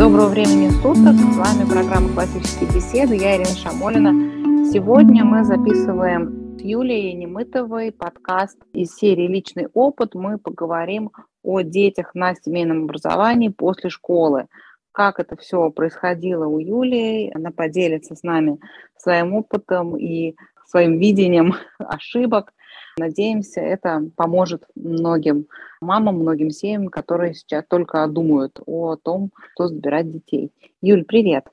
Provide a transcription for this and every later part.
Доброго времени суток, с вами программа «Классические беседы», я Ирина Шамолина. Сегодня мы записываем с Юлией Немытовой подкаст из серии «Личный опыт». Мы поговорим о детях на семейном образовании после школы. Как это все происходило у Юлии, она поделится с нами своим опытом и своим видением ошибок. Надеемся, это поможет многим мамам, многим семьям, которые сейчас только думают о том, что забирать детей. Юль, привет.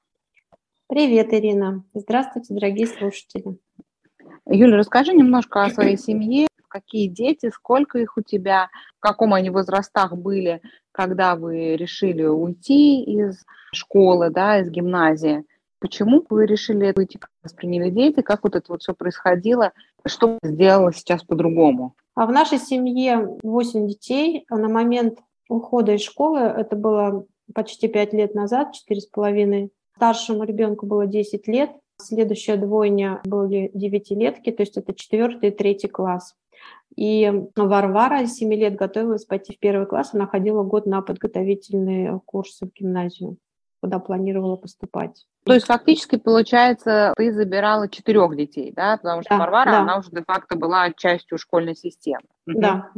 Привет, Ирина. Здравствуйте, дорогие слушатели. Юля, расскажи немножко о своей семье. Какие дети, сколько их у тебя, в каком они возрастах были, когда вы решили уйти из школы, из гимназии. Почему вы решили уйти, как восприняли дети, как вот это вот все происходило, что ты сделала сейчас по-другому? А в нашей семье 8 детей. На момент ухода из школы, это было почти 5 лет назад, 4,5. Старшему ребенку было 10 лет, следующая двойня были 9-летки, то есть это 4 и 3 класс. И Варвара 7 лет готовилась пойти в 1 класс, она ходила год на подготовительные курсы в гимназию, куда планировала поступать. То есть фактически, получается, ты забирала 4 детей, да? Потому что Варвара, она уже де-факто была частью школьной системы. Да.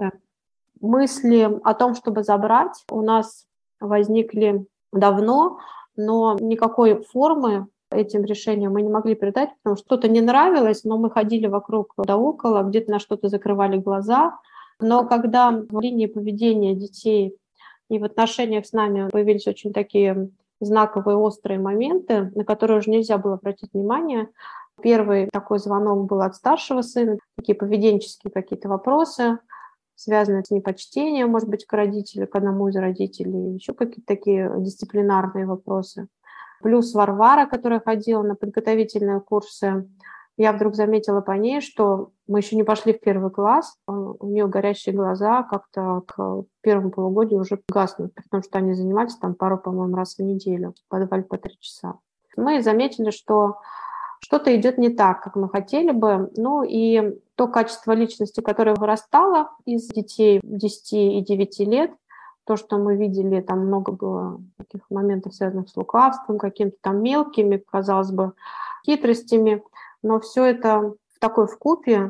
Мысли о том, чтобы забрать, у нас возникли давно, но никакой формы этим решением мы не могли придать, потому что что-то не нравилось, но мы ходили вокруг да около, где-то на что-то закрывали глаза. Но когда в линии поведения детей и в отношениях с нами появились очень такие знаковые острые моменты, на которые уже нельзя было обратить внимание. Первый такой звонок был от старшего сына, такие поведенческие какие-то вопросы, связанные с непочтением, может быть, к родителю, к одному из родителей, еще какие-то такие дисциплинарные вопросы. Плюс Варвара, которая ходила на подготовительные курсы, я вдруг заметила по ней, что мы еще не пошли в 1 класс, у нее горящие глаза как-то к первому полугодию уже гаснут, потому что они занимались там пару, по-моему, раз в неделю, в подвале по 3 часа. Мы заметили, что что-то идет не так, как мы хотели бы. Ну и то качество личности, которое вырастало из детей 10 и 9 лет, то, что мы видели, там много было таких моментов, связанных с лукавством, какими-то там мелкими, казалось бы, хитростями, но все это в такой вкупе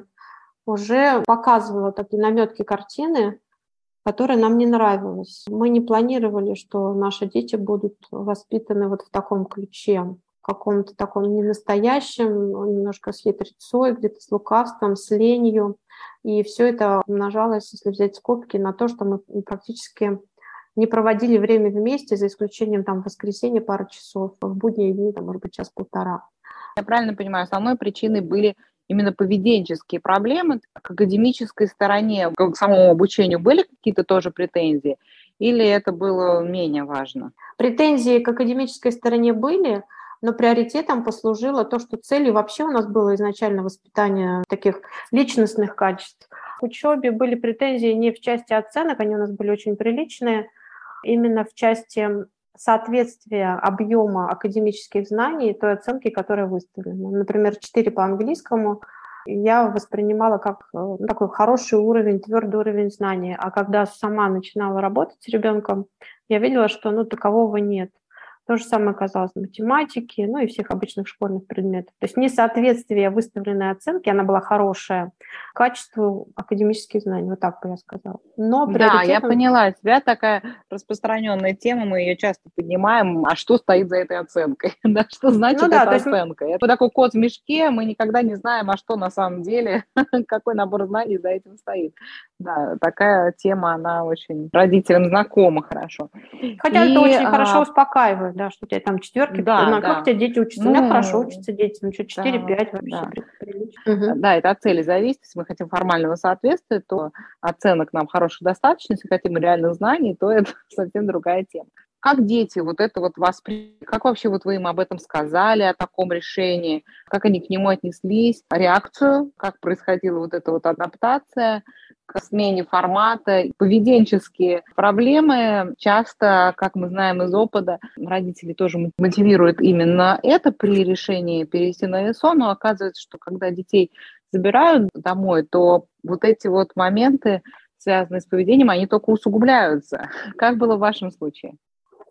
уже показывало такие наметки картины, которые нам не нравились. Мы не планировали, что наши дети будут воспитаны вот в таком ключе, в каком-то таком ненастоящем, немножко с хитрецой, где-то с лукавством, с ленью. И все это умножалось, если взять скобки, на то, что мы практически не проводили время вместе, за исключением там воскресенья пару часов, в будние дни, там, может быть, час-полтора. Я правильно понимаю, основной причиной были именно поведенческие проблемы. К академической стороне, к самому обучению были какие-то тоже претензии? Или это было менее важно? Претензии к академической стороне были, но приоритетом послужило то, что целью вообще у нас было изначально воспитание таких личностных качеств. К учебе были претензии не в части оценок, они у нас были очень приличные, именно в части соответствия объема академических знаний той оценки, которая выставлена. Например, 4 по английскому я воспринимала как такой хороший уровень, твердый уровень знаний. А когда сама начинала работать с ребенком, я видела, что такового нет. То же самое казалось в математике, и всех обычных школьных предметов. То есть несоответствие выставленной оценки, она была хорошая, качеству академических знаний, вот так бы я сказала. Но Да, я поняла, у тебя такая распространенная тема, мы ее часто поднимаем, а что стоит за этой оценкой? Да, что значит эта оценка? Это такой кот в мешке, мы никогда не знаем, а что на самом деле, какой набор знаний за этим стоит. Да, такая тема, она очень родителям знакома хорошо. Хотя это очень хорошо успокаивает, да, что у тебя там 4, как у тебя дети учатся? У меня хорошо учатся дети, 4-5 вообще прилично. Да, это от цели зависит. Если мы хотим формального соответствия, то оценок нам хороших достаточно. Если хотим реальных знаний, то это совсем другая тема. Как дети вот это вот восприняли? Как вообще вот вы им об этом сказали, о таком решении? Как они к нему отнеслись? Реакцию? Как происходила вот эта вот адаптация к смене формата? Поведенческие проблемы часто, как мы знаем из опыта, родители тоже мотивируют именно это при решении перевести на ИСО, но оказывается, что когда детей забирают домой, то вот эти вот моменты, связанные с поведением, они только усугубляются. Как было в вашем случае?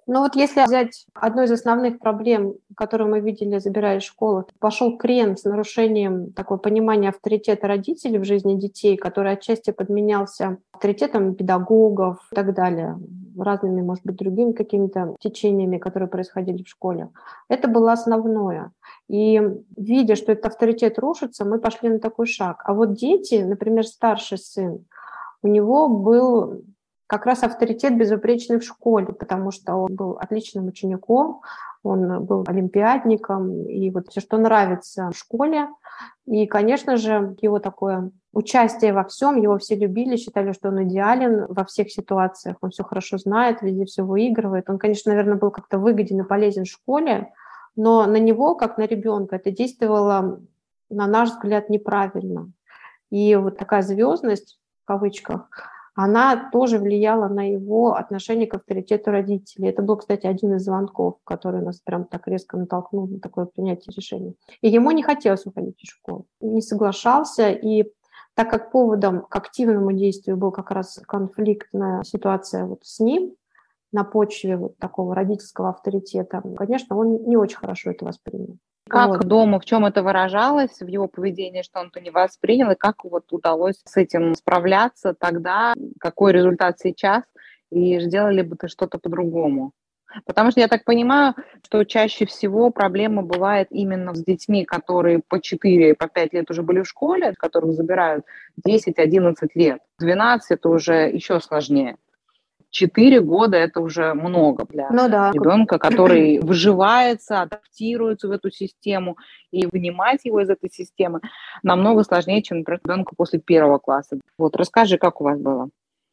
Ну вот если взять одну из основных проблем, которую мы видели, забирая из школы, пошел крен с нарушением такого понимания авторитета родителей в жизни детей, который отчасти подменялся авторитетом педагогов и так далее, разными, может быть, другими какими-то течениями, которые происходили в школе. Это было основное. И видя, что этот авторитет рушится, мы пошли на такой шаг. А вот дети, например, старший сын, у него был как раз авторитет безупречный в школе, потому что он был отличным учеником, он был олимпиадником, и вот все, что нравится в школе. И, конечно же, его такое участие во всем, его все любили, считали, что он идеален во всех ситуациях, он все хорошо знает, везде все выигрывает. Он, конечно, наверное, был как-то выгоден и полезен в школе, но на него, как на ребенка, это действовало, на наш взгляд, неправильно. И вот такая звездность, в кавычках, она тоже влияла на его отношение к авторитету родителей. Это был, кстати, один из звонков, который нас прям так резко натолкнул на такое принятие решения. И ему не хотелось уходить из школы, не соглашался. И так как поводом к активному действию был как раз конфликтная ситуация вот с ним, на почве вот такого родительского авторитета, конечно, он не очень хорошо это воспринял. Как дома, в чем это выражалось, в его поведении, что он это не воспринял, и как вот удалось с этим справляться тогда, какой результат сейчас, и сделали бы ты что-то по-другому? Потому что я так понимаю, что чаще всего проблема бывает именно с детьми, которые по 4, по 5 лет уже были в школе, которых забирают 10-11 лет. 12 это уже еще сложнее. 4 года – это уже много для ребенка, который выживается, адаптируется в эту систему, и вынимать его из этой системы намного сложнее, чем, например, ребенку после 1 класса. Вот расскажи, как у вас было?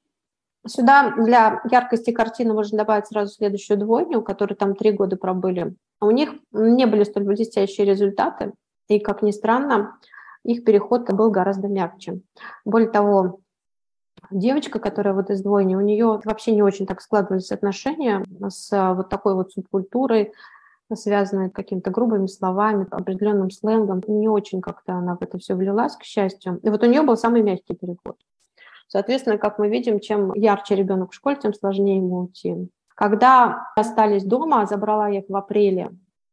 Сюда для яркости картины можно добавить сразу следующую двойню, которые там 3 года пробыли. У них не были столь блестящие результаты, и, как ни странно, их переход был гораздо мягче. Более того, девочка, которая вот из двойни, у нее вообще не очень так складывались отношения с вот такой вот субкультурой, связанной какими-то грубыми словами, определенным сленгом. Не очень как-то она в это все влилась, к счастью. И вот у нее был самый мягкий переход. Соответственно, как мы видим, чем ярче ребенок в школе, тем сложнее ему уйти. Когда остались дома, забрала я их в апреле,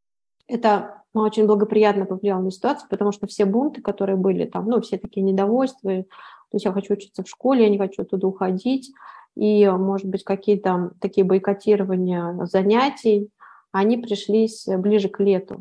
это очень благоприятно повлияло на ситуацию, потому что все бунты, которые были там, все такие недовольства, то есть я хочу учиться в школе, я не хочу оттуда уходить, и, может быть, какие-то такие бойкотирования занятий, они пришлись ближе к лету.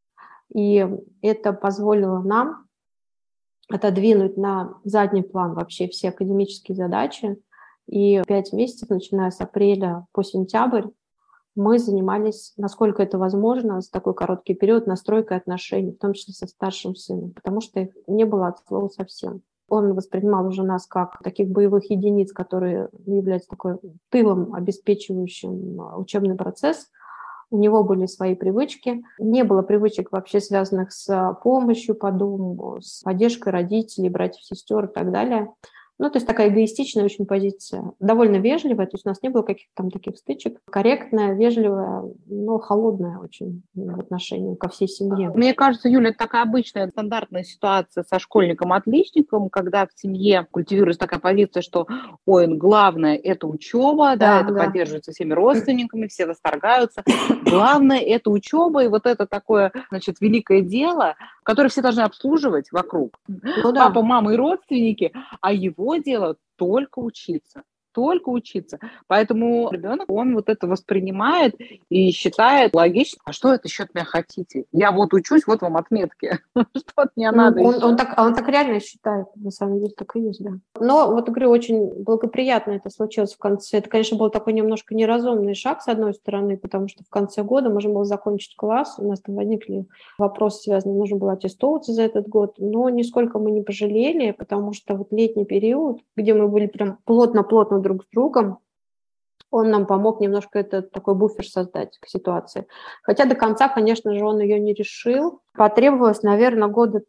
И это позволило нам отодвинуть на задний план вообще все академические задачи. И 5 месяцев, начиная с апреля по сентябрь, мы занимались, насколько это возможно, за такой короткий период, настройкой отношений, в том числе со старшим сыном, потому что их не было от слова совсем. Он воспринимал уже нас как таких боевых единиц, которые являются такой тылом, обеспечивающим учебный процесс. У него были свои привычки. Не было привычек вообще связанных с помощью по дому, с поддержкой родителей, братьев, сестер и так далее. То есть такая эгоистичная очень позиция. Довольно вежливая, то есть у нас не было каких-то там таких стычек. Корректная, вежливая, но холодная очень в отношении ко всей семье. Мне кажется, Юля, это такая обычная стандартная ситуация со школьником-отличником, когда в семье культивируется такая позиция, что, главное – это учеба, это поддерживается всеми родственниками, все восторгаются. Главное – это учеба, и вот это такое, великое дело, которое все должны обслуживать вокруг. Папа, мама и родственники, а его дело только учиться. Только учиться. Поэтому ребенок, он вот это воспринимает и считает логично, а что это еще от меня хотите? Я вот учусь, вот вам отметки. Что от меня надо еще? Он так реально считает, на самом деле, так и есть, да. Но вот, говорю, очень благоприятно это случилось в конце. Это, конечно, был такой немножко неразумный шаг, с одной стороны, потому что в конце года можно было закончить класс, у нас там возникли вопросы, связанные, нужно было аттестовываться за этот год, но нисколько мы не пожалели, потому что вот летний период, где мы были прям плотно-плотно друг с другом, он нам помог немножко этот такой буфер создать к ситуации. Хотя до конца, конечно же, он ее не решил. Потребовалось, наверное, 3 года,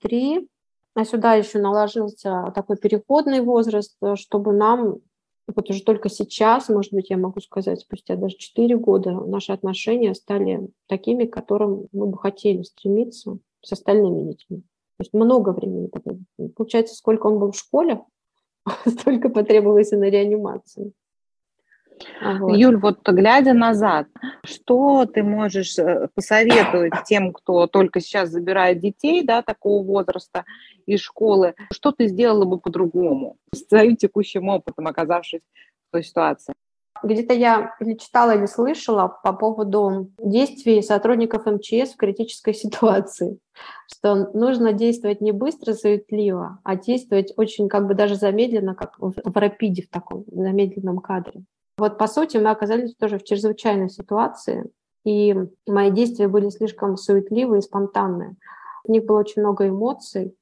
а сюда еще наложился такой переходный возраст, чтобы нам, вот уже только сейчас, может быть, я могу сказать, спустя даже 4 года, наши отношения стали такими, к которым мы бы хотели стремиться с остальными детьми. То есть много времени. Получается, сколько он был в школе, столько потребовалось и на реанимацию. Вот. Юль, вот глядя назад, что ты можешь посоветовать тем, кто только сейчас забирает детей, да, такого возраста из школы? Что ты сделала бы по-другому с своим текущим опытом, оказавшись в той ситуации? Где-то я или читала, или слышала по поводу действий сотрудников МЧС в критической ситуации, что нужно действовать не быстро, суетливо, а действовать очень как бы даже замедленно, как в рапиде, в таком замедленном кадре. Вот по сути мы оказались тоже в чрезвычайной ситуации, и мои действия были слишком суетливые и спонтанные. В них было очень много эмоций,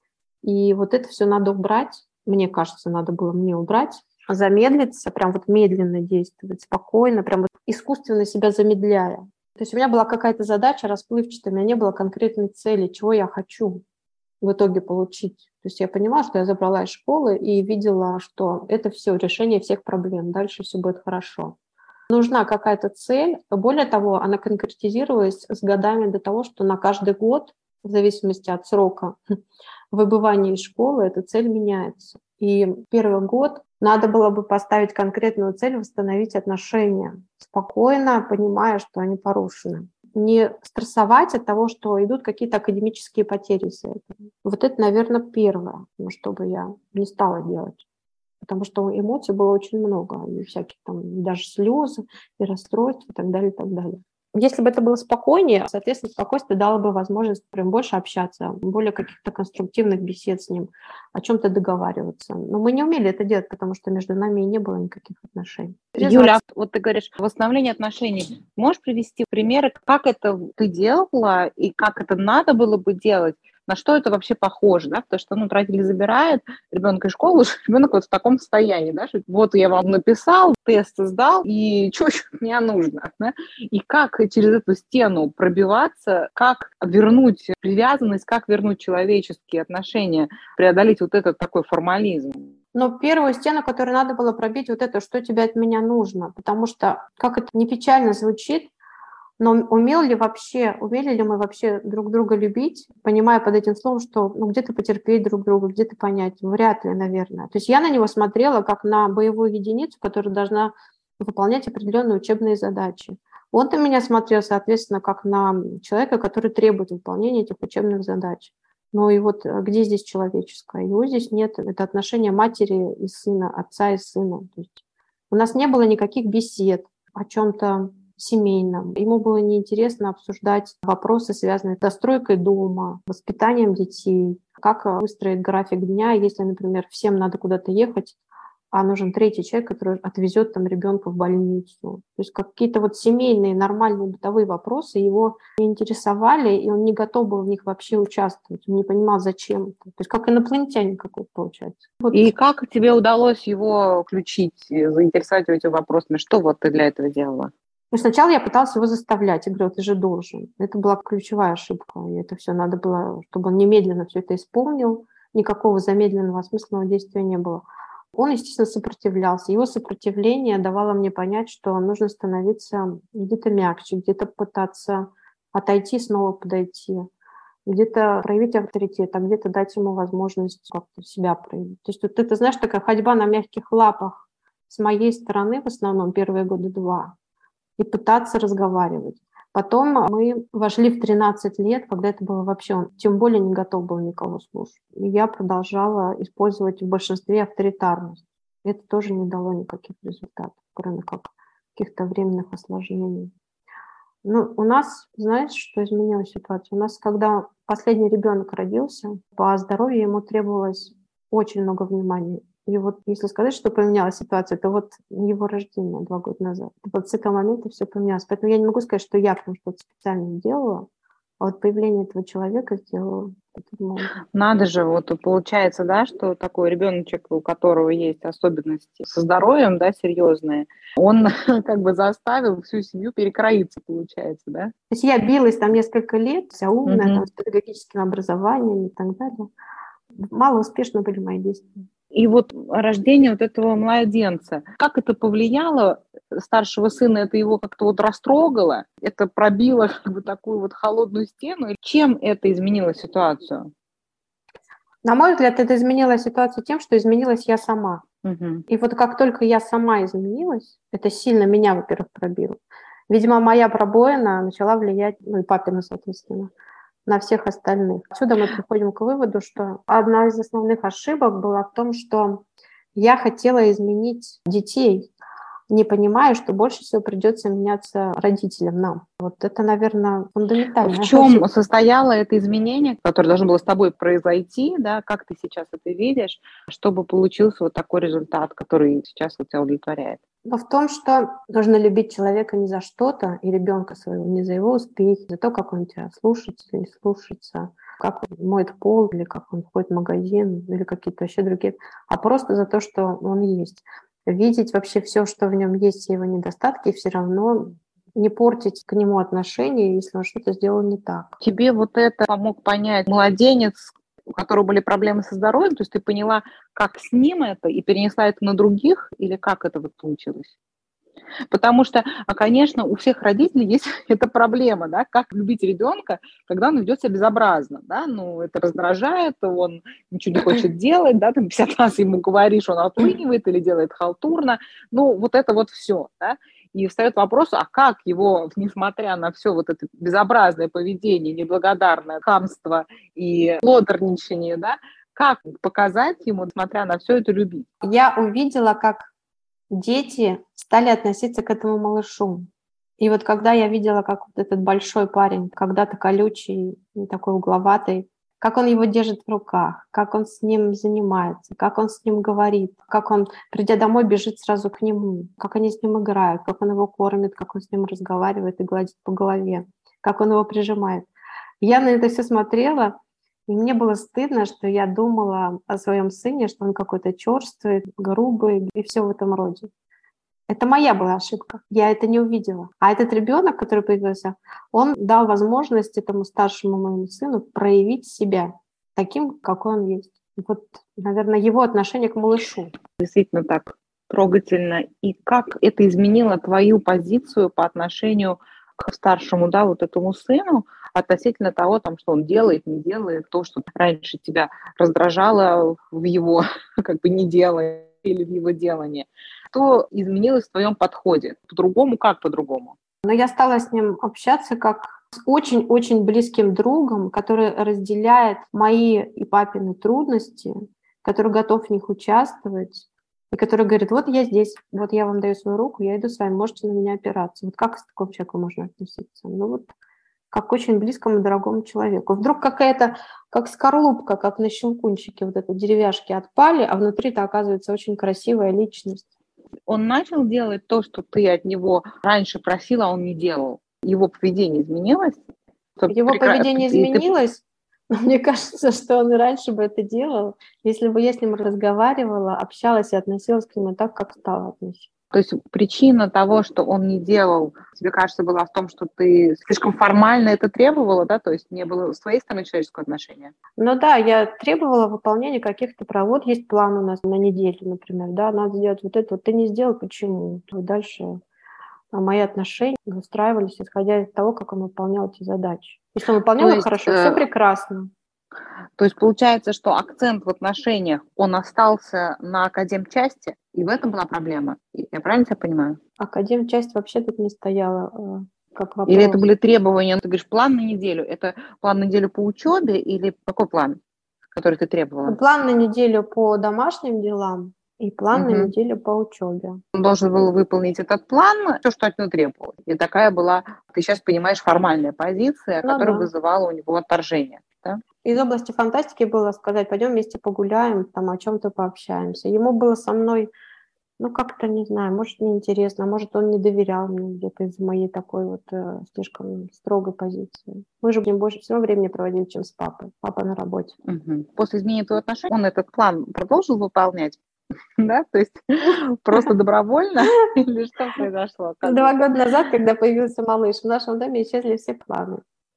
и вот это все надо убрать. Мне кажется, надо было мне убрать, замедлиться, прям вот медленно действовать, спокойно, прям вот искусственно себя замедляя. То есть у меня была какая-то задача расплывчатая, у меня не было конкретной цели, чего я хочу в итоге получить. То есть я понимала, что я забрала из школы и видела, что это все решение всех проблем, дальше все будет хорошо. Нужна какая-то цель. Более того, она конкретизировалась с годами до того, что на каждый год, в зависимости от срока выбывания из школы, эта цель меняется. И первый год надо было бы поставить конкретную цель восстановить отношения, спокойно понимая, что они порушены. Не стрессовать от того, что идут какие-то академические потери из-за этого. Вот это, наверное, первое, что бы я не стала делать. Потому что эмоций было очень много, и всяких там даже слезы, и расстройств, и так далее, и так далее. Если бы это было спокойнее, соответственно, спокойствие дало бы возможность прям больше общаться, более каких-то конструктивных бесед с ним, о чем-то договариваться. Но мы не умели это делать, потому что между нами и не было никаких отношений. Юля, вот ты говоришь, восстановление отношений. Можешь привести примеры, как это ты делала и как это надо было бы делать? На что это вообще похоже, да? Потому что, родитель забирает ребенка из школы, ребенок вот в таком состоянии, да? Что вот я вам написал, тест сдал, и что еще от меня нужно, да? И как через эту стену пробиваться, как вернуть привязанность, как вернуть человеческие отношения, преодолеть вот этот такой формализм? Но первую стену, которую надо было пробить, вот это, что тебе от меня нужно. Потому что, как это не печально звучит, но умели ли мы вообще друг друга любить, понимая под этим словом, что где-то потерпеть друг друга, где-то понять? Вряд ли, наверное. То есть я на него смотрела как на боевую единицу, которая должна выполнять определенные учебные задачи. Он на меня смотрел, соответственно, как на человека, который требует выполнения этих учебных задач. Ну и вот где здесь человеческое? Его здесь нет. Это отношение матери и сына, отца и сына. То есть у нас не было никаких бесед о чем-то семейном. Ему было неинтересно обсуждать вопросы, связанные с достройкой дома, воспитанием детей, как выстроить график дня, если, например, всем надо куда-то ехать, а нужен третий человек, который отвезет там ребенка в больницу. То есть какие-то вот семейные, нормальные бытовые вопросы его не интересовали, и он не готов был в них вообще участвовать. Он не понимал, зачем это. То есть как инопланетянин какой-то получается. Вот. И как тебе удалось его включить, заинтересовать его этими вопросами? Что вот ты для этого делала? Ну, сначала я пыталась его заставлять. Я говорю, ты же должен. Это была ключевая ошибка. И это все надо было, чтобы он немедленно все это исполнил. Никакого замедленного осмысленного действия не было. Он, естественно, сопротивлялся. Его сопротивление давало мне понять, что нужно становиться где-то мягче, где-то пытаться отойти, снова подойти, где-то проявить авторитет, а где-то дать ему возможность как-то себя проявить. То есть вот это, знаешь, такая ходьба на мягких лапах с моей стороны, в основном первые года 2, и пытаться разговаривать. Потом мы вошли в 13 лет, когда это было вообще, он тем более не готов был никого слушать. И я продолжала использовать в большинстве авторитарность. Это тоже не дало никаких результатов, кроме как каких-то временных осложнений. Ну, у нас, знаешь, что изменилась ситуация? У нас, когда последний ребенок родился, по здоровью ему требовалось очень много внимания. И вот если сказать, что поменялась ситуация, то вот его рождение 2 года назад. Вот с этого момента все поменялось. Поэтому я не могу сказать, что я прям что-то специально делала, а вот появление этого человека сделала. Надо же, вот получается, да, что такой ребеночек, у которого есть особенности со здоровьем, да, серьезные, он как бы заставил всю семью перекроиться, получается, да? То есть я билась там несколько лет, вся умная, там, с педагогическим образованием и так далее. Мало успешно были мои действия. И вот рождение вот этого младенца, как это повлияло? Старшего сына это его как-то вот растрогало? Это пробило как бы такую вот холодную стену? Чем это изменило ситуацию? На мой взгляд, это изменило ситуацию тем, что изменилась я сама. Мгм. И вот как только я сама изменилась, это сильно меня, во-первых, пробило. Видимо, моя пробоина начала влиять, ну и папина, соответственно, на всех остальных. Отсюда мы приходим к выводу, что одна из основных ошибок была в том, что я хотела изменить детей, не понимая, что больше всего придется меняться родителям нам. Вот это, наверное, В фундаментальная чем ошибка. состояло это изменение, которое должно было с тобой произойти, да, как ты сейчас это видишь, чтобы получился вот такой результат, который сейчас вот тебя удовлетворяет? Но в том, что нужно любить человека не за что-то, и ребенка своего, не за его успехи, за то, как он тебя слушается или не слушается, как он моет пол, или как он ходит в магазин, или какие-то вообще другие, а просто за то, что он есть. Видеть вообще все, что в нем есть, все его недостатки, и все равно не портить к нему отношения, если он что-то сделал не так. Тебе вот это помог понять младенец, у которого были проблемы со здоровьем, то есть ты поняла, как с ним это, и перенесла это на других, или как это вот получилось? Потому что, конечно, у всех родителей есть эта проблема, да, как любить ребенка, когда он ведет себя безобразно, да, ну, это раздражает, он ничего не хочет делать, да, там 50 раз ему говоришь, он отлынивает или делает халтурно, ну, вот это вот все, да, и встает вопрос, а как его, несмотря на все вот это безобразное поведение, неблагодарное хамство и лодорничание, да, как показать ему, несмотря на все это, любить? Я увидела, как дети стали относиться к этому малышу. И вот когда я видела, как вот этот большой парень, когда-то колючий, такой угловатый, как он его держит в руках, как он с ним занимается, как он с ним говорит, как он, придя домой, бежит сразу к нему, как они с ним играют, как он его кормит, как он с ним разговаривает и гладит по голове, как он его прижимает. Я на это все смотрела, и мне было стыдно, что я думала о своем сыне, что он какой-то черствый, грубый и все в этом роде. Это моя была ошибка. Я это не увидела. А этот ребенок, который появился, он дал возможность этому старшему моему сыну проявить себя таким, какой он есть. Вот, наверное, его отношение к малышу. Действительно так трогательно. И как это изменило твою позицию по отношению к старшему, да, вот этому сыну, относительно того, там, что он делает, не делает, то, что раньше тебя раздражало в его как бы не делая или в его делании. Что изменилось в твоем подходе? По-другому, как по-другому? Но я стала с ним общаться как с очень-очень близким другом, который разделяет мои и папины трудности, который готов в них участвовать, и который говорит, вот я здесь, вот я вам даю свою руку, я иду с вами, можете на меня опираться. Вот как к такому человеку можно относиться? Ну вот как к очень близкому и дорогому человеку. Вдруг какая-то, как скорлупка, как на щелкунчике, вот это деревяшки отпали, а внутри-то оказывается очень красивая личность. Он начал делать то, что ты от него раньше просила, а он не делал. Его поведение изменилось? Его поведение И ты... изменилось, но мне кажется, что он и раньше бы это делал, если бы я с ним разговаривала, общалась и относилась к нему так, как стала относиться. То есть причина того, что он не делал, тебе кажется, была в том, что ты слишком формально это требовала, да, то есть не было с твоей стороны человеческого отношения? Ну да, я требовала выполнения каких-то прав. Вот есть план у нас на неделю, например, да, надо сделать вот это, вот ты не сделал, почему? И дальше мои отношения выстраивались, исходя из того, как он выполнял эти задачи. Если он То выполнял их есть, хорошо, все прекрасно. то есть получается, что акцент в отношениях, он остался на академчасти, и в этом была проблема. Я правильно тебя понимаю? Академчасть вообще тут не стояла как Или это вопрос. были требования, ну, ты говоришь, план на неделю, это план на неделю по учебе или какой план, который ты требовала? План на неделю по домашним делам и план на Угу. неделю по учебе. Он должен был выполнить этот план, все, что от него требовалось. И такая была, ты сейчас понимаешь, формальная позиция, Ну которая да. вызывала у него отторжение. Да? Из области фантастики было сказать, пойдем вместе погуляем, там о чем-то пообщаемся. Ему было со мной, ну как-то, не знаю, может, неинтересно, может, он не доверял мне где-то из-за моей такой вот слишком строгой позиции. Мы же будем больше всего времени проводили, чем с папой. Папа на работе. Угу. После изменения твоего отношения он этот план продолжил выполнять? Да, то есть просто добровольно или что произошло? 2 года назад, когда появился малыш, в нашем доме исчезли все планы.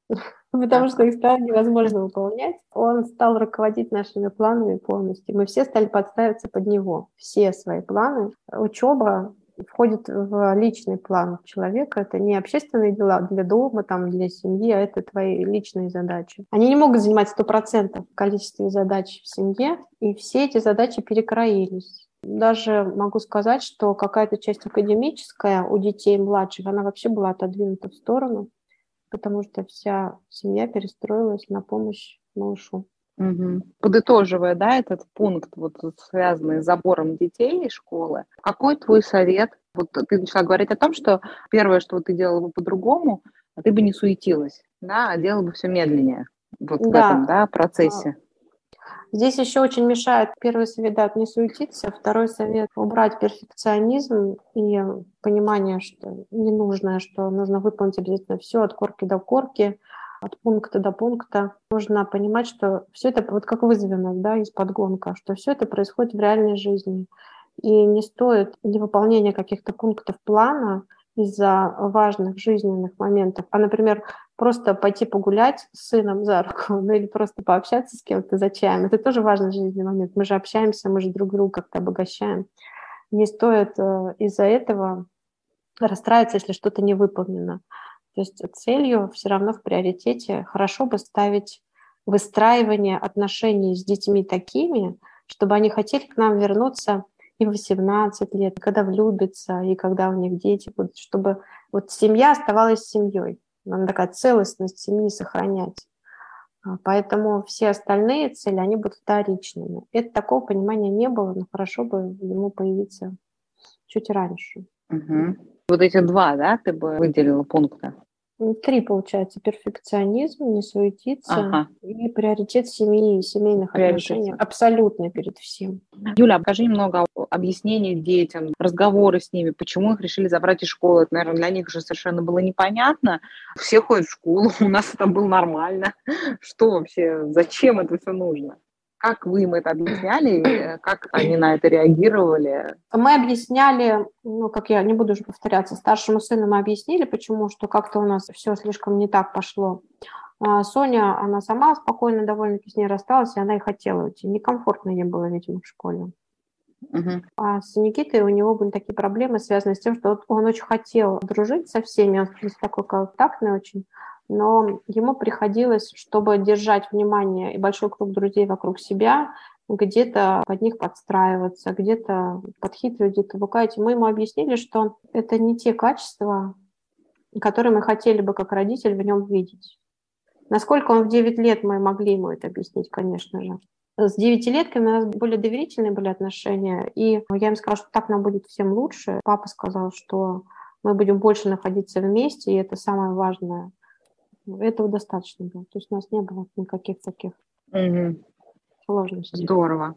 Потому что их стало невозможно выполнять. Он стал руководить нашими планами полностью. Мы все стали подстраиваться под него. Все свои планы. Учеба входит в личный план человека. Это не общественные дела для дома, там, для семьи, а это твои личные задачи. Они не могут занимать 100% в количестве задач в семье, и все эти задачи перекроились. Даже могу сказать, что какая-то часть академическая у детей младших, она вообще была отодвинута в сторону, потому что вся семья перестроилась на помощь малышу. Мгм. Подытоживая, да, этот пункт, вот связанный с забором детей из школы, какой твой совет? Вот ты начала говорить о том, что первое, что ты делала бы по-другому, а ты бы не суетилась, да, а делала бы все медленнее вот в этом, Да, да, а, процессе. здесь еще очень мешает первый совет, да, не суетиться, второй совет убрать перфекционизм и понимание, что не нужно, что нужно выполнить обязательно все от корки до корки, от пункта до пункта. Нужно понимать, что все это, вот как вызвано, да, из подгонка, что все это происходит в реальной жизни. И не стоит невыполнения каких-то пунктов плана из-за важных жизненных моментов. А, например, просто пойти погулять с сыном за руку, ну или просто пообщаться с кем-то за чаем. Это тоже важный жизненный момент. Мы же общаемся, мы же друг друга как-то обогащаем. Не стоит из-за этого расстраиваться, если что-то не выполнено. То есть целью все равно в приоритете хорошо бы ставить выстраивание отношений с детьми такими, чтобы они хотели к нам вернуться и в 18 лет, когда влюбятся, и когда у них дети будут, чтобы вот семья оставалась семьей. Надо такая целостность семьи сохранять. Поэтому все остальные цели, они будут вторичными. Это такого понимания не было, но хорошо бы ему появиться чуть раньше. Мгм. Вот эти 2, да, ты бы выделила пункта? 3 получается: перфекционизм, не суетиться Ага, и приоритет семьи и семейных отношений приоритеты. абсолютно перед всем. Юля, покажи немного объяснений детям, разговоры с ними, почему их решили забрать из школы. Это, наверное, для них же совершенно было непонятно. Все ходят в школу, у нас это было нормально. Что вообще, зачем это все нужно? Как вы им это объясняли, как они на это реагировали? Мы объясняли, ну, как я не буду уже повторяться, старшему сыну мы объяснили, почему, что как-то у нас все слишком не так пошло. Соня, она сама спокойно довольно-таки с ней рассталась, и она и хотела уйти. Некомфортно ей было, видимо, в школе. Мгм. А с Никитой у него были такие проблемы, связанные с тем, что он очень хотел дружить со всеми, он, в принципе, такой контактный очень, но ему приходилось, чтобы держать внимание и большой круг друзей вокруг себя, где-то под них подстраиваться, где-то подхитривать, где-то лукавить. И мы ему объяснили, что это не те качества, которые мы хотели бы как родитель в нем видеть. Насколько он в 9 лет, мы могли ему это объяснить, конечно же. С девятилетками у нас более доверительные были отношения, и я им сказала, что так нам будет всем лучше. Папа сказал, что мы будем больше находиться вместе, и это самое важное. Этого достаточно было. То есть у нас не было никаких таких Мгм. сложностей. Здорово.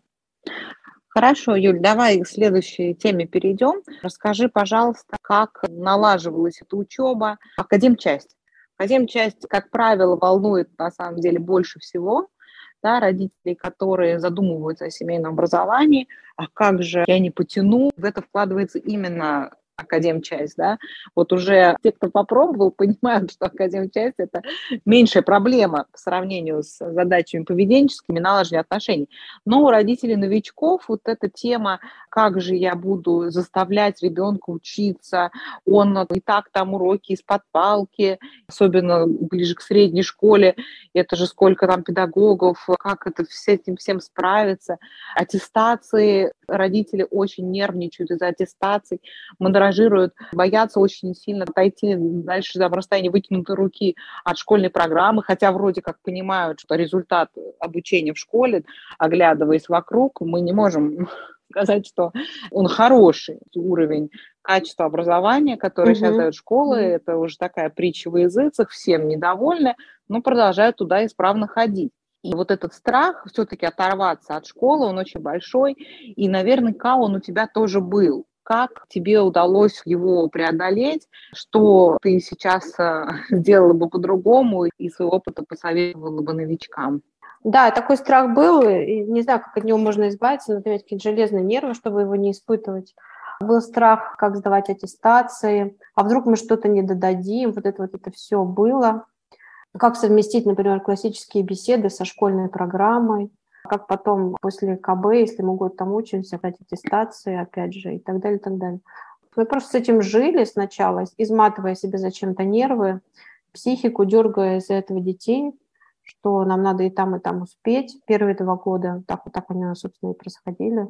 Хорошо, Юль, давай к следующей теме перейдем. Расскажи, пожалуйста, как налаживалась эта учеба, академчасть. Академчасть, как правило, волнует на самом деле больше всего, да, родителей, которые задумываются о семейном образовании, а как же я не потяну, в это вкладывается именно академчасть, да. Вот уже те, кто попробовал, понимают, что академчасть – это меньшая проблема по сравнению с задачами поведенческими, налаживания отношений. Но у родителей новичков вот эта тема, как же я буду заставлять ребенка учиться, он и так там уроки из-под палки, особенно ближе к средней школе, это же сколько там педагогов, как это с этим всем справиться. Аттестации, родители очень нервничают из-за аттестаций, мандражируют, боятся очень сильно отойти дальше за расстояние вытянутой руки от школьной программы, хотя вроде как понимают, что результат обучения в школе, оглядываясь вокруг, мы не можем сказать, что он хороший уровень качества образования, которое сейчас Мгм. дают школы, Мгм. это уже такая притча во языцах, всем недовольны, но продолжают туда исправно ходить. И вот этот страх все-таки оторваться от школы, он очень большой, и наверняка он у тебя тоже был. Как тебе удалось его преодолеть? Что ты сейчас сделала бы по-другому и своего опыта посоветовала бы новичкам? Да, такой страх был, и не знаю, как от него можно избавиться, надо иметь какие-то железные нервы, чтобы его не испытывать. Был страх, как сдавать аттестации, а вдруг мы что-то не додадим, вот это все было. Как совместить, например, классические беседы со школьной программой, как потом после КБ, если мы год там учимся, сдать аттестации, опять же, и так далее, и так далее. Мы просто с этим жили сначала, изматывая себе зачем-то нервы, психику, дергая из-за этого детей, что нам надо и там успеть. Первые 2 года так вот так они у нас, собственно, и происходили.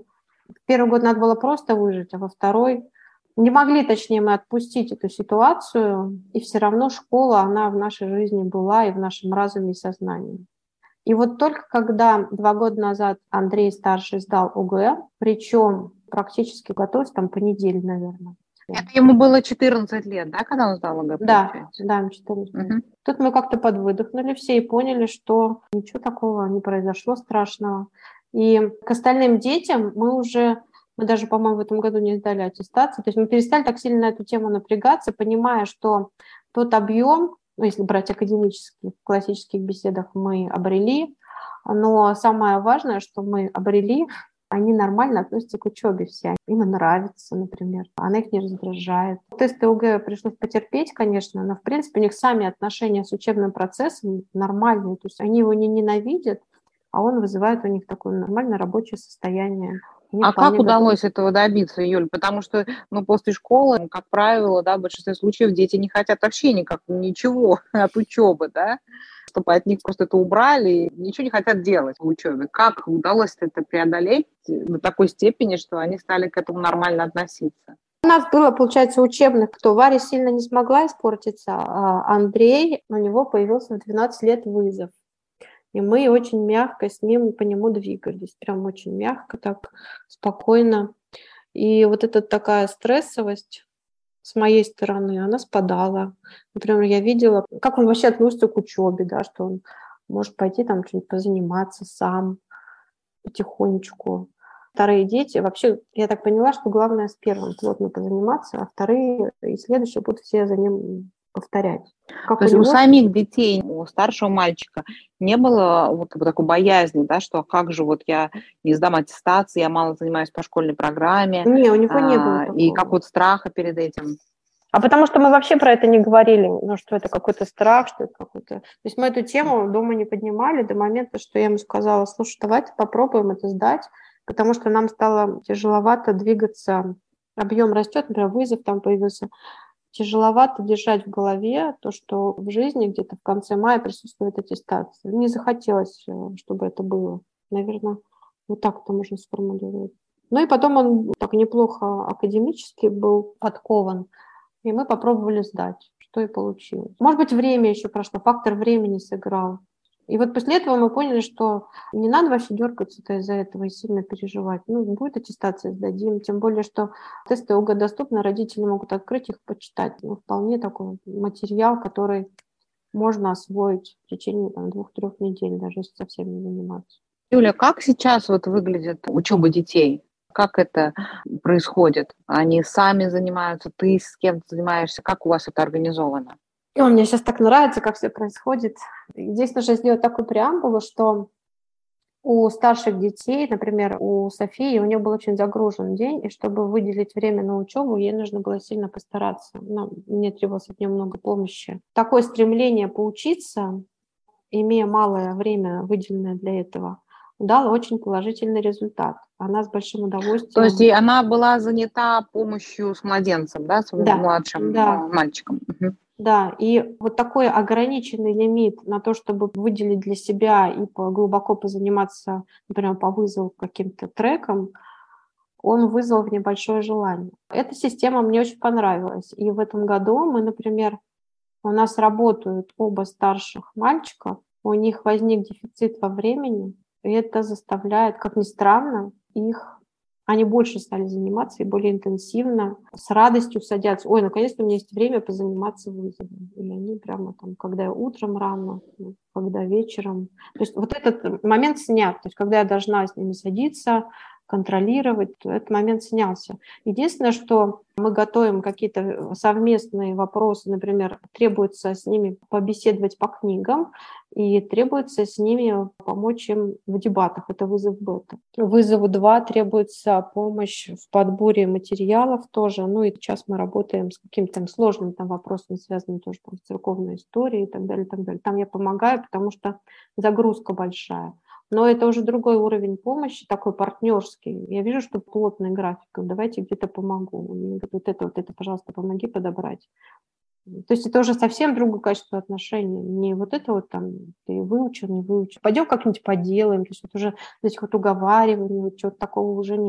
В первый год надо было просто выжить, а во второй не могли, точнее, мы отпустить эту ситуацию, и все равно школа, она в нашей жизни была и в нашем разуме и сознании. И вот только когда 2 года назад Андрей старший сдал ОГЭ, причем практически готовился там по неделе, наверное. Это ему было 14 лет, да, когда он сдал ОГЭ, Да, получается? да, 14 лет. Мгм. Тут мы как-то подвыдохнули все и поняли, что ничего такого не произошло страшного. И к остальным детям мы даже, по-моему, в этом году не сдали аттестацию. То есть мы перестали так сильно на эту тему напрягаться, понимая, что тот объем, ну, если брать академических, в классических беседах, мы обрели, но самое важное, что мы обрели, они нормально относятся к учебе все. Им нравится, например. Она их не раздражает. Тесты ОГЭ пришлось потерпеть, конечно, но, в принципе, у них сами отношения с учебным процессом нормальные. То есть они его не ненавидят, а он вызывает у них такое нормальное рабочее состояние. Они А как вполне готовы. удалось этого добиться, Юль? Потому что, после школы, как правило, да, в большинстве случаев дети не хотят вообще ничего от учебы, да, чтобы от них просто это убрали, и ничего не хотят делать в учебе. Как удалось это преодолеть до такой степени, что они стали к этому нормально относиться? У нас было, получается, учебных, кто Варя сильно не смогла испортиться, а Андрей, у него появился в 12 лет вызов. И мы очень мягко с ним по нему двигались, прям очень мягко, так спокойно. И вот эта такая стрессовость с моей стороны, она спадала. Например, я видела, как он вообще относится к учебе, да, что он может пойти там что-нибудь позаниматься сам потихонечку. Вторые дети, вообще, я так поняла, что главное с первым плотно позаниматься, а вторые и следующие будут все за ним повторять. Как То есть у у него самих детей, у старшего мальчика не было вот как бы такой боязни, да, что как же вот я не сдам аттестации, я мало занимаюсь по школьной программе, Не, у него не было и такого. какого-то страха перед этим. А потому что мы вообще про это не говорили, ну, что это какой-то страх, что это какой-то... То есть мы эту тему дома не поднимали до момента, что я ему сказала: слушай, давайте попробуем это сдать, потому что нам стало тяжеловато двигаться, объем растет, например, вызов там появился, тяжеловато держать в голове то, что в жизни где-то в конце мая присутствует аттестация. Не захотелось, чтобы это было. Наверное, вот так это можно сформулировать. Ну и потом он так неплохо академически был подкован, и мы попробовали сдать, что и получилось. Может быть, время еще прошло, фактор времени сыграл. И вот после этого мы поняли, что не надо вообще дергаться-то из-за этого и сильно переживать. Ну, будет аттестация, сдадим. Тем более, что тесты ОГЭ доступны, родители могут открыть их, почитать. Ну, вполне такой материал, который можно освоить в течение 2-3 недель, даже если совсем не заниматься. Юля, как сейчас вот выглядит учеба детей? Как это происходит? Они сами занимаются, ты с кем-то занимаешься? Как у вас это организовано? И мне сейчас так нравится, как все происходит. Здесь нужно сделать такую преамбулу, что у старших детей, например, у Софии, у нее был очень загружен день, и чтобы выделить время на учебу, ей нужно было сильно постараться. Мне требовалось от нее много помощи. Такое стремление поучиться, имея малое время, выделенное для этого, дало очень положительный результат. Она с большим То есть удовольствием... и она была занята помощью с младенцем, да, с Да, младшим да. мальчиком? Мгм. Да, и вот такой ограниченный лимит на то, чтобы выделить для себя и глубоко позаниматься, например, по вызову каким-то треком, он вызвал в ней большое желание. Эта система мне очень понравилась. И в этом году мы, например, у нас работают оба старших мальчика, у них возник дефицит во времени, и это заставляет, как ни странно, они больше стали заниматься и более интенсивно, с радостью садятся. Ой, наконец-то у меня есть время позаниматься вызовом. И они прямо там, когда утром рано, когда вечером. То есть вот этот момент снят. То есть когда я должна с ними садиться, контролировать, то этот момент снялся. Единственное, что мы готовим какие-то совместные вопросы, например, требуется с ними побеседовать по книгам и требуется с ними помочь им в дебатах. Это вызов бета. Вызову 2 требуется помощь в подборе материалов тоже. Ну и сейчас мы работаем с какими-то сложными вопросами, связанными тоже с церковной историей и так далее, и так далее. Там я помогаю, потому что загрузка большая. Но это уже другой уровень помощи, такой партнерский. Я вижу, что плотный график. Давайте где-то помогу. Вот это, пожалуйста, помоги подобрать. То есть это уже совсем другое качество отношений. Не вот это вот там ты выучил, не выучил. Пойдем как-нибудь поделаем. То есть вот уже этих вот уговариваний, вот чего-то такого уже нет.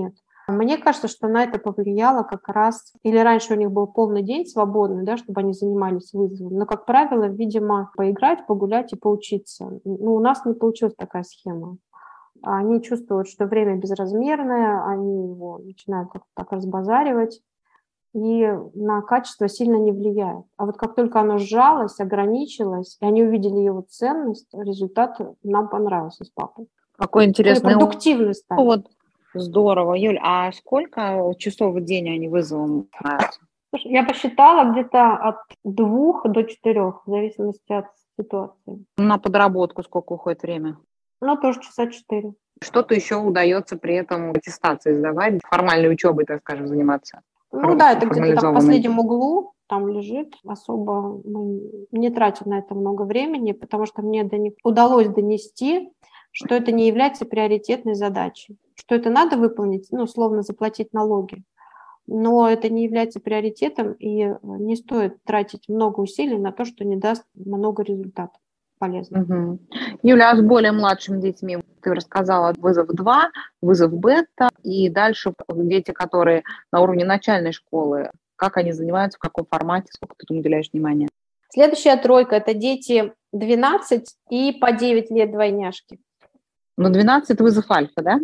Мне кажется, что на это повлияло как раз, или раньше у них был полный день свободный, да, чтобы они занимались вызовом, но, как правило, видимо, поиграть, погулять и поучиться. Ну, у нас не получилась такая схема. Они чувствуют, что время безразмерное, они его начинают как-то так разбазаривать, и на качество сильно не влияет. А вот как только оно сжалось, ограничилось, и они увидели его ценность, результат нам понравился с папой. Какой И интересный продуктивность стали. опыт. Здорово. Юль, а сколько часов в день они вызовом занимаются? Слушай, я посчитала где-то от 2 до 4, в зависимости от ситуации. На подработку сколько уходит время? Ну, тоже часа 4. Что-то еще удается при этом аттестации сдавать, формальной учебой, так скажем, заниматься? Ну да, это где-то там в Формализованной. последнем углу, там лежит. Особо мы не тратим на это много времени, потому что мне до них удалось донести, что это не является приоритетной задачей, что это надо выполнить, ну, условно заплатить налоги, но это не является приоритетом, и не стоит тратить много усилий на то, что не даст много результатов полезных. Угу. Юля, а с более младшими детьми ты рассказала вызов 2, вызов бета, и дальше дети, которые на уровне начальной школы, как они занимаются, в каком формате, сколько ты им уделяешь внимания? Следующая тройка – это дети 12 и по 9 лет двойняшки. Ну, 12 – это вызов альфа, да?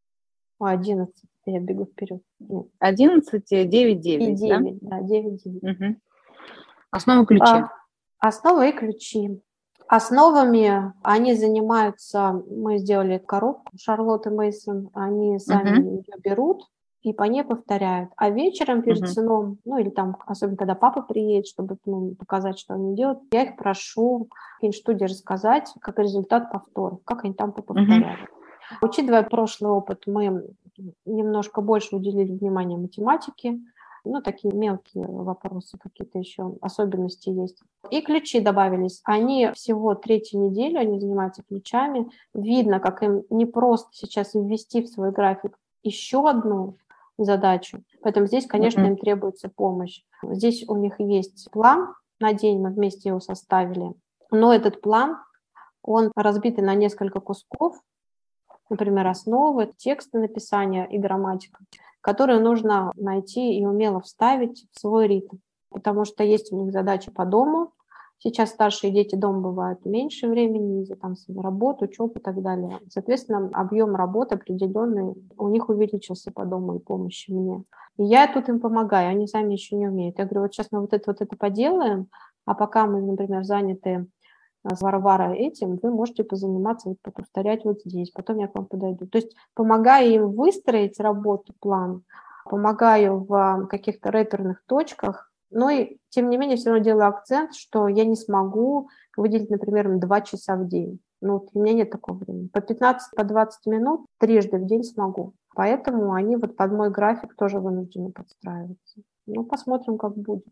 11, я бегу вперед. Нет. 11, 9, 9, И 9, да, 9, 9. Угу. Основы ключи. Основы и ключи. Основами они занимаются, мы сделали коробку Шарлотты Мейсон, они сами ее берут и по ней повторяют. А вечером перед сном, ну или там, особенно когда папа приедет, чтобы показать, что они делают, я их прошу в какой-нибудь рассказать, как результат повторов, как они там повторяют. Учитывая прошлый опыт, мы немножко больше уделили внимания математике, ну, такие мелкие вопросы, какие-то еще особенности есть. И ключи добавились. Они всего 3-ю неделю, они занимаются ключами. Видно, как им не просто сейчас ввести в свой график еще одну задачу. Поэтому здесь, конечно, им требуется помощь. Здесь у них есть план на день, мы вместе его составили. Но этот план, он разбитый на несколько кусков, например, основы, тексты написания и грамматика, которые нужно найти и умело вставить в свой ритм. Потому что есть у них задачи по дому. Сейчас старшие дети дома бывают меньше времени из-за там работы, учебы и так далее. Соответственно, объем работы определенный у них увеличился по дому и помощи мне. И я тут им помогаю, они сами еще не умеют. Я говорю, вот сейчас мы вот это поделаем, а пока мы, например, заняты с Варварой этим, вы можете позаниматься, повторять вот здесь, потом я к вам подойду. То есть помогаю им выстроить работу, план, помогаю в каких-то рэперных точках, но и, тем не менее, все равно делаю акцент, что я не смогу выделить, например, 2 часа в день. Ну, вот у меня нет такого времени. По 15, по 20 минут трижды в день смогу. Поэтому они вот под мой график тоже вынуждены подстраиваться. Ну, посмотрим, как будет.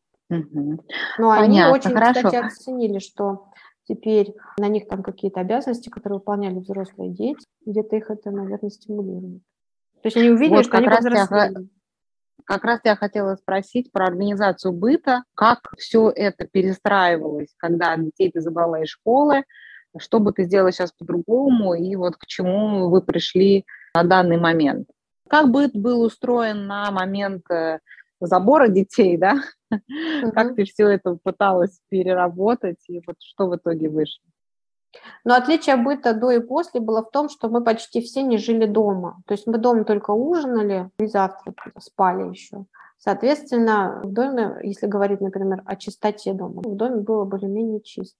Но они очень, кстати, оценили, что теперь на них там какие-то обязанности, которые выполняли взрослые дети, где-то их это, наверное, стимулирует. То есть они увидели, вот что они повзрослели. Как раз я хотела спросить про организацию быта, как все это перестраивалось, когда детей ты забрала из школы, что бы ты сделала сейчас по-другому, и вот к чему вы пришли на данный момент. Как быт был устроен на момент забора детей, да? Как ты все это пыталась переработать, и вот что в итоге вышло? Но отличие быта до и после было в том, что мы почти все не жили дома. То есть мы дома только ужинали и завтракали, спали еще. Соответственно, в доме, если говорить, например, о чистоте дома, в доме было более-менее чисто.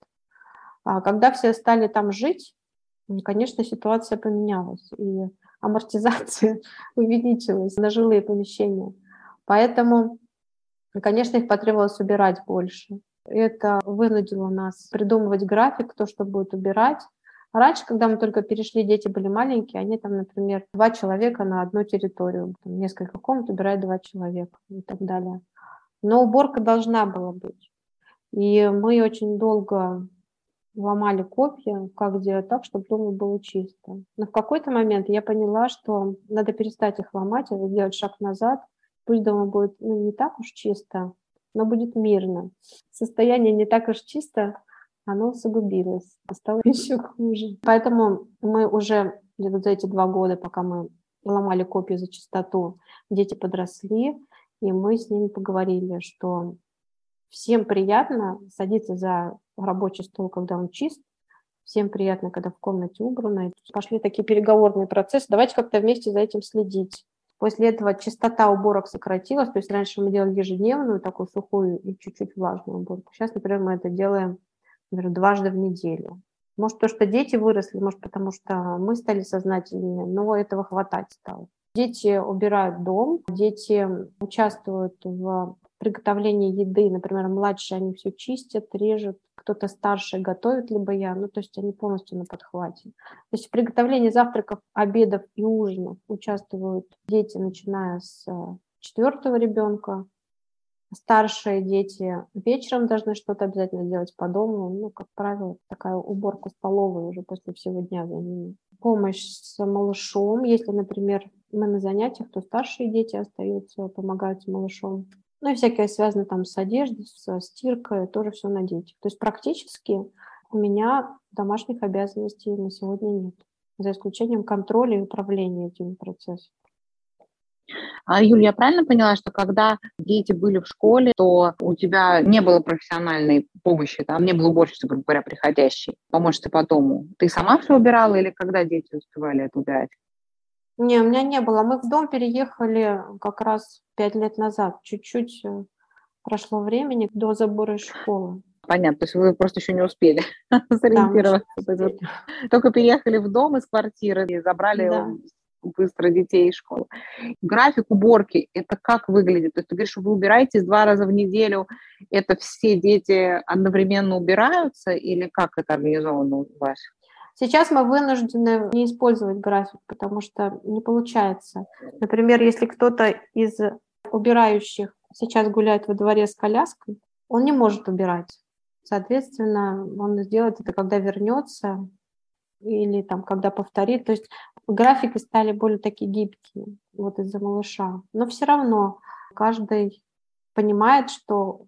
А когда все стали там жить, конечно, ситуация поменялась, и амортизация увеличилась на жилые помещения. Поэтому, конечно, их потребовалось убирать больше. Это вынудило нас придумывать график, кто что будет убирать. Раньше, когда мы только перешли, дети были маленькие, они там, например, 2 человека на одну территорию, там, несколько комнат убирают 2 человека и так далее. Но уборка должна была быть. И мы очень долго ломали копья, как сделать так, чтобы дома было чисто. Но в какой-то момент я поняла, что надо перестать их ломать, а сделать шаг назад. Пусть дома будет не так уж чисто, но будет мирно. Состояние не так уж чисто, оно усугубилось, стало еще хуже. Поэтому мы уже где-то за эти 2 года, пока мы ломали копии за чистоту. Дети подросли, и мы с ними поговорили, что всем приятно садиться за рабочий стол, когда он чист, всем приятно, когда в комнате убрано. И пошли такие переговорные процессы. Давайте как-то вместе за этим следить. После этого частота уборок сократилась. То есть раньше мы делали ежедневную, такую сухую и чуть-чуть влажную уборку. Сейчас, например, мы это делаем, например, дважды в неделю. Может, то, что дети выросли, может, потому что мы стали сознательнее, но этого хватать стало. Дети убирают дом, дети участвуют в приготовлении еды. Например, младшие, они все чистят, режут, кто-то старший готовит, либо я. Ну, то есть они полностью на подхвате. То есть в приготовлении завтраков, обедов и ужинов участвуют дети, начиная с 4-го ребенка. Старшие дети вечером должны что-то обязательно делать по дому. Ну, как правило, такая уборка столовой уже после всего дня за ними. Помощь с малышом. Если, например, мы на занятиях, то старшие дети остаются, помогают с малышом. Ну и всякое связано там с одеждой, со стиркой, тоже все на детях. То есть практически у меня домашних обязанностей на сегодня нет, за исключением контроля и управления этими процессами. Юль, я правильно поняла, что когда дети были в школе, то у тебя не было профессиональной помощи, там не было уборщицы, грубо говоря, приходящей, помощницы по дому? Ты сама все убирала или когда дети успевали это убирать? Не, у меня не было. Мы в дом переехали как раз 5 лет назад. Чуть-чуть прошло времени до забора из школы. Понятно, то есть вы просто еще не успели сориентироваться. Да, только переехали в дом из квартиры и забрали быстро детей из школы. График уборки, это как выглядит? То есть ты говоришь, что вы убираетесь 2 раза в неделю, это все дети одновременно убираются или как это организовано у вас? Сейчас мы вынуждены не использовать график, потому что не получается. Например, если кто-то из убирающих сейчас гуляет во дворе с коляской, он не может убирать. Соответственно, он сделает это, когда вернется или там, когда повторит. То есть графики стали более такие гибкие вот из-за малыша. Но все равно каждый понимает, что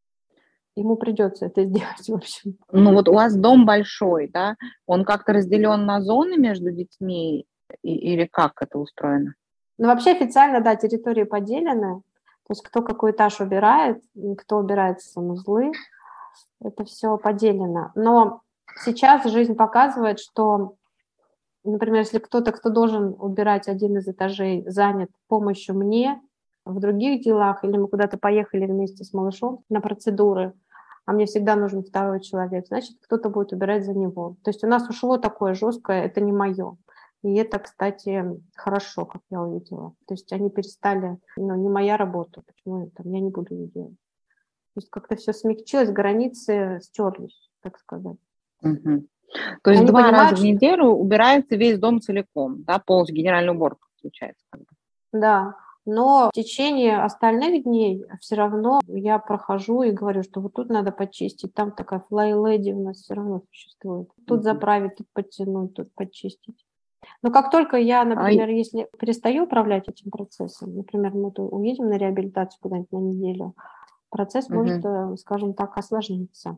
ему придется это сделать, в общем. Ну вот у вас дом большой, да? Он как-то разделен на зоны между детьми или как это устроено? Ну вообще официально, да, территории поделены. То есть кто какой этаж убирает, кто убирает санузлы, это все поделено. Но сейчас жизнь показывает, что, например, если кто-то, кто должен убирать один из этажей, занят помощью мне в других делах, или мы куда-то поехали вместе с малышом на процедуры, а мне всегда нужен второй человек, значит, кто-то будет убирать за него. То есть у нас ушло такое жесткое, это не мое. И это, кстати, хорошо, как я увидела. То есть они перестали, не моя работа, почему это, я не буду ее делать. То есть как-то все смягчилось, границы стерлись, так сказать. Угу. То есть они 2 раза в неделю убирается весь дом целиком, да, полностью генеральная уборка случается? Да, но в течение остальных дней все равно я прохожу и говорю, что вот тут надо почистить, там такая флай-леди у нас все равно существует. Тут заправить, тут подтянуть, тут почистить. Но как только я, например, если перестаю управлять этим процессом, например, мы тут уедем на реабилитацию куда-нибудь на неделю, процесс может, скажем так, осложниться.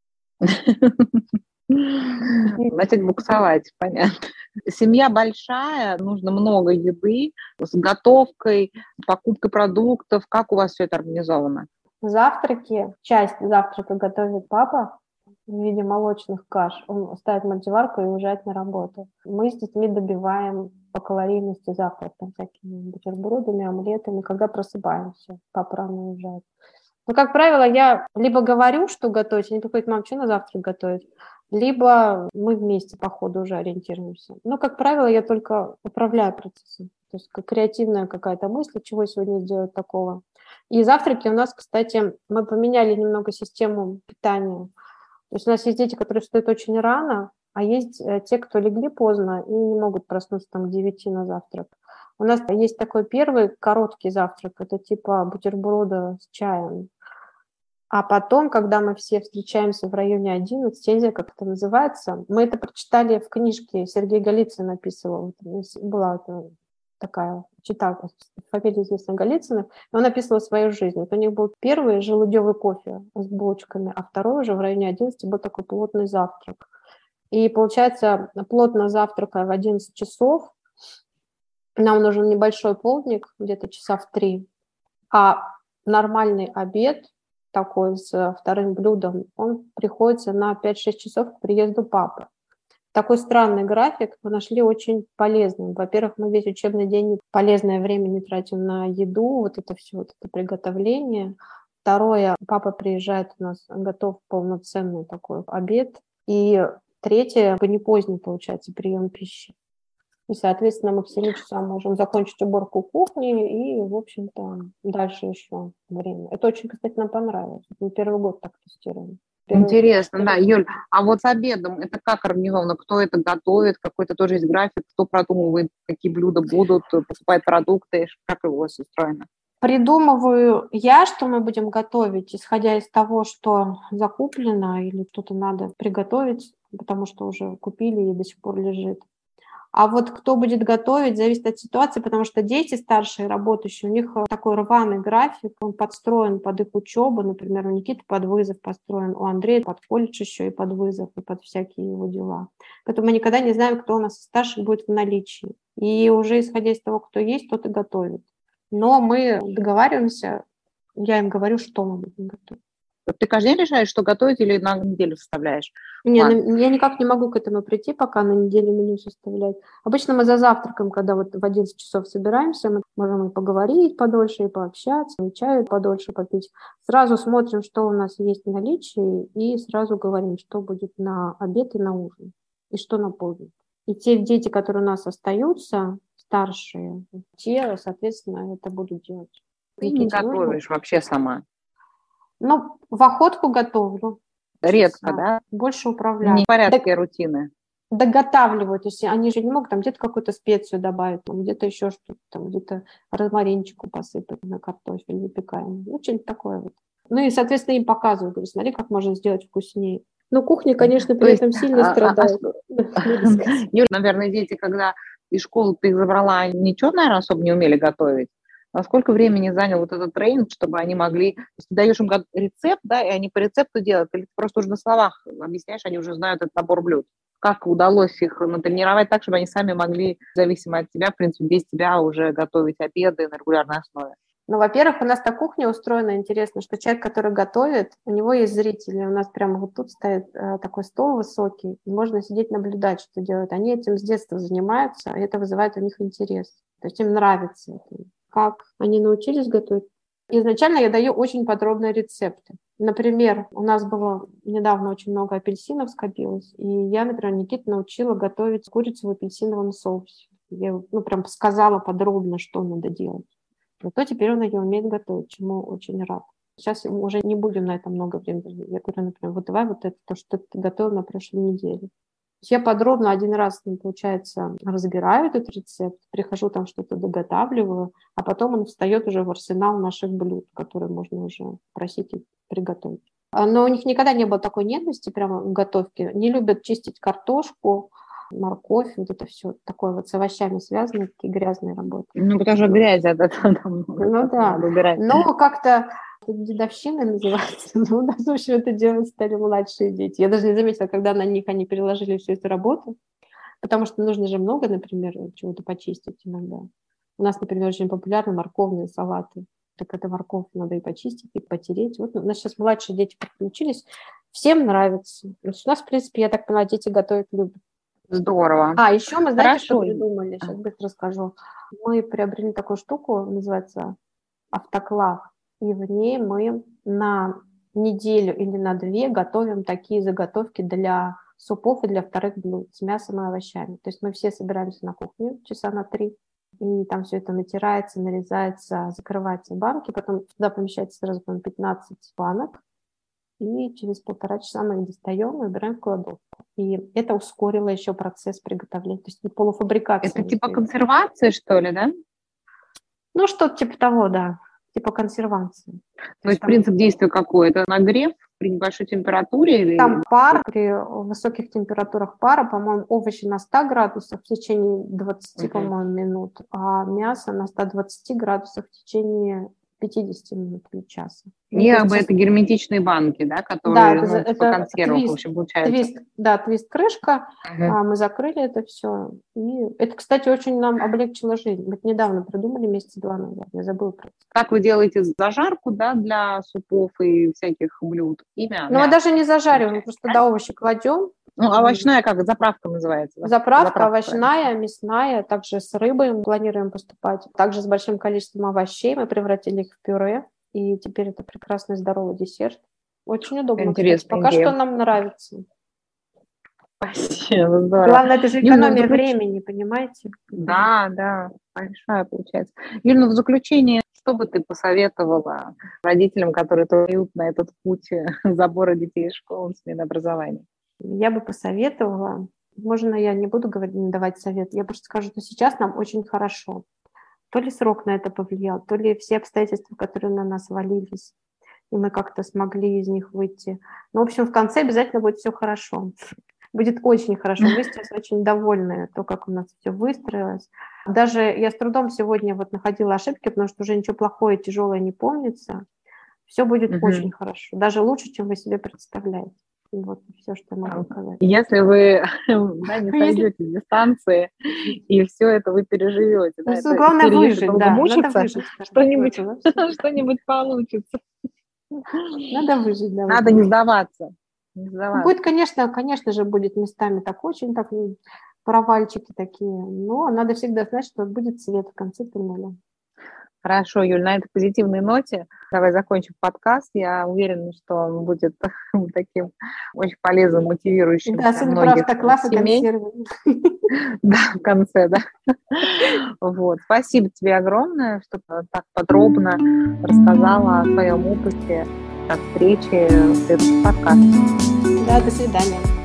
Начать буксовать, понятно. Семья большая, нужно много еды, с готовкой, покупкой продуктов. Как у вас все это организовано? Завтраки, часть завтрака готовит папа в виде молочных каш. Он ставит мультиварку и уезжает на работу. Мы с детьми добиваем по калорийности завтрак, там всякими бутербродами, омлетами, когда просыпаемся. Папа рано уезжает. Но, как правило, я либо говорю, что готовить, они приходят: мам, что на завтрак готовить? Либо мы вместе по ходу уже ориентируемся. Но, как правило, я только управляю процессом. То есть как креативная какая-то мысль, чего сегодня сделать такого. И завтраки у нас, кстати, мы поменяли немного систему питания. То есть у нас есть дети, которые встают очень рано, а есть те, кто легли поздно и не могут проснуться там к 9 на завтрак. У нас есть такой первый короткий завтрак, это типа бутерброда с чаем. А потом, когда мы все встречаемся в районе 11, я не знаю, как это называется, мы это прочитали в книжке, Сергей Голицын написывал, была такая, читал фамилию известного Голицына, и он описывал свою жизнь. Вот у них был первый желудевый кофе с булочками, а второй уже в районе 11 был такой плотный завтрак. И получается, плотно завтракая в 11 часов, Нам нужен небольшой полдник, где-то часа в 3, а нормальный обед такой с вторым блюдом, он приходится на 5-6 часов к приезду папы. Такой странный график мы нашли очень полезным. Во-первых, мы весь учебный день полезное время не тратим на еду, вот это все, вот это приготовление. Второе, папа приезжает, у нас готов полноценный такой обед. И третье, не поздний получается прием пищи. И, соответственно, мы к 7 часам можем закончить уборку кухни и, в общем-то, дальше еще время. Это очень, кстати, нам понравилось. Мы первый год так тестируем. Интересно, да, Юль, а вот с обедом это как организовано? Кто это готовит? Какой-то тоже есть график? Кто продумывает, какие блюда будут, покупает продукты? Как у вас устроено? Придумываю я, что мы будем готовить, исходя из того, что закуплено или что-то надо приготовить, потому что уже купили и до сих пор лежит. А вот кто будет готовить, зависит от ситуации, потому что дети старшие, работающие, у них такой рваный график, он подстроен под их учебу, например, у Никиты под вызов построен, у Андрея под колледж еще и под вызов, и под всякие его дела. Поэтому мы никогда не знаем, кто у нас из старших будет в наличии. И уже исходя из того, кто есть, тот и готовит. Но мы договариваемся, я им говорю, что мы будем готовить. Ты каждый день решаешь, что готовить, или на неделю составляешь? Я никак не могу к этому прийти, пока на неделю меню составлять. Обычно мы за завтраком, когда вот в 11 часов собираемся, мы можем и поговорить подольше, и пообщаться, и чаю подольше попить. Сразу смотрим, что у нас есть в наличии, и сразу говорим, что будет на обед и на ужин, и что на поздний. И те дети, которые у нас остаются, старшие, те, соответственно, это будут делать. Ты не готовишь вообще сама? Ну, в охотку готовлю. Редко, да? Больше управляю. Не в порядке рутины. Доготавливаю, то есть они же не могут там где-то какую-то специю добавить, там, где-то еще что-то, там, где-то розмаринчику посыпать на картофель, выпекаем. Ну, что-нибудь такое вот. Ну и, соответственно, им показываю, говорю, смотри, как можно сделать вкуснее. Ну, кухня, конечно, при этом сильно страдает. Юль, наверное, дети, когда из школы ты их забрала, ничего, наверное, особо не умели готовить. А сколько времени занял вот этот тренинг, чтобы они могли... То есть ты даешь им рецепт, да, и они по рецепту делают, или ты просто уже на словах объясняешь, они уже знают этот набор блюд. Как удалось их натренировать так, чтобы они сами могли, зависимо от тебя, в принципе, без тебя уже готовить обеды на регулярной основе? Ну, во-первых, у нас так кухня устроена, интересно, что человек, который готовит, у него есть зрители. У нас прямо вот тут стоит такой стол высокий, и можно сидеть наблюдать, что делают. Они этим с детства занимаются, и это вызывает у них интерес. То есть им нравится это. Как они научились готовить. Изначально я даю очень подробные рецепты. Например, у нас было недавно очень много апельсинов скопилось, и я, например, Никиту научила готовить курицу в апельсиновом соусе. Я прям сказала подробно, что надо делать. Зато теперь он ее умеет готовить, чему очень рад. Сейчас уже не будем на это много времени. Я говорю, например, вот давай вот это, то, что ты готовил на прошлой неделе. Я подробно один раз, получается, разбираю этот рецепт, прихожу там что-то доготавливаю, а потом он встает уже в арсенал наших блюд, которые можно уже просить и приготовить. Но у них никогда не было такой ненависти прямо в готовке. Не любят чистить картошку, морковь, вот это все такое вот с овощами связанное, такие грязные работы. Ну, потому что грязь от этого много. Ну да, но как-то дедовщина называется. Ну, у нас, в общем, это делать стали младшие дети. Я даже не заметила, когда на них они переложили всю эту работу, потому что нужно же много, например, чего-то почистить иногда. У нас, например, очень популярны морковные салаты. Так это морковь надо и почистить, и потереть. Вот у нас сейчас младшие дети подключились. Всем нравится. У нас, в принципе, я так понимаю, дети готовить любят. Здорово. А, еще мы, знаете, что придумали? Сейчас быстро скажу. Мы приобрели такую штуку, называется автоклав. И в ней мы на неделю или на 2 готовим такие заготовки для супов и для вторых блюд с мясом и овощами. То есть мы все собираемся на кухню часа на 3, и там все это натирается, нарезается, закрываются банки, потом туда помещается сразу 15 банок, и через 1,5 часа мы их достаем и убираем в кладовку. И это ускорило еще процесс приготовления, то есть полуфабрикация. Это типа консервации, что ли, да? Ну, что-то типа того, да. Типа консервации. То есть принцип действия какой? Это нагрев при небольшой температуре? Или... Там пар, при высоких температурах пара, по-моему, овощи на 100 градусах в течение 20, по-моему, минут, а мясо на 120 градусах в течение 50 минут или часа. И это герметичные банки, да, которые это по консервам, твист, в общем, получается. Твист-крышка, мы закрыли это все. И это, кстати, очень нам облегчило жизнь. Мы недавно придумали, месяца 2 назад, я забыла про это. Как вы делаете зажарку, да, для супов и всяких блюд? Мы даже не зажариваем, просто туда овощи кладем. Овощная, как заправка называется? Да? Заправка овощная, мясная, также с рыбой мы планируем поступать. Также с большим количеством овощей мы превратили их в пюре, и теперь это прекрасный здоровый десерт. Очень удобно. Интересно. Пока что нам нравится. Спасибо, здорово. Главное, это же экономия времени, понимаете? Да, большая получается. Юль, в заключение, что бы ты посоветовала родителям, которые идут на этот путь забора детей из школы, смены образования? Я бы посоветовала, можно я не буду давать совет, я просто скажу, что сейчас нам очень хорошо. То ли срок на это повлиял, то ли все обстоятельства, которые на нас валились, и мы как-то смогли из них выйти. В общем, в конце обязательно будет все хорошо. Будет очень хорошо. Мы сейчас очень довольны то, как у нас все выстроилось. Даже я с трудом сегодня находила ошибки, потому что уже ничего плохое, тяжелое не помнится. Все будет очень хорошо. Даже лучше, чем вы себе представляете. Все, что я могу сказать. Если вы не сойдете с дистанции, и все это вы переживете. Главное выжить, надо выжить. Что-нибудь получится. Надо выжить, да. Надо не сдаваться. Будет, конечно же, будет местами очень провальчики такие, но надо всегда знать, что будет свет в конце туннеля. Хорошо, Юль, на этой позитивной ноте давай закончим подкаст. Я уверена, что он будет таким очень полезным, мотивирующим для многих семей. Да, в конце, да. Спасибо тебе огромное, что так подробно рассказала о своем опыте. До встречи в следующем подкасте. Да, до свидания.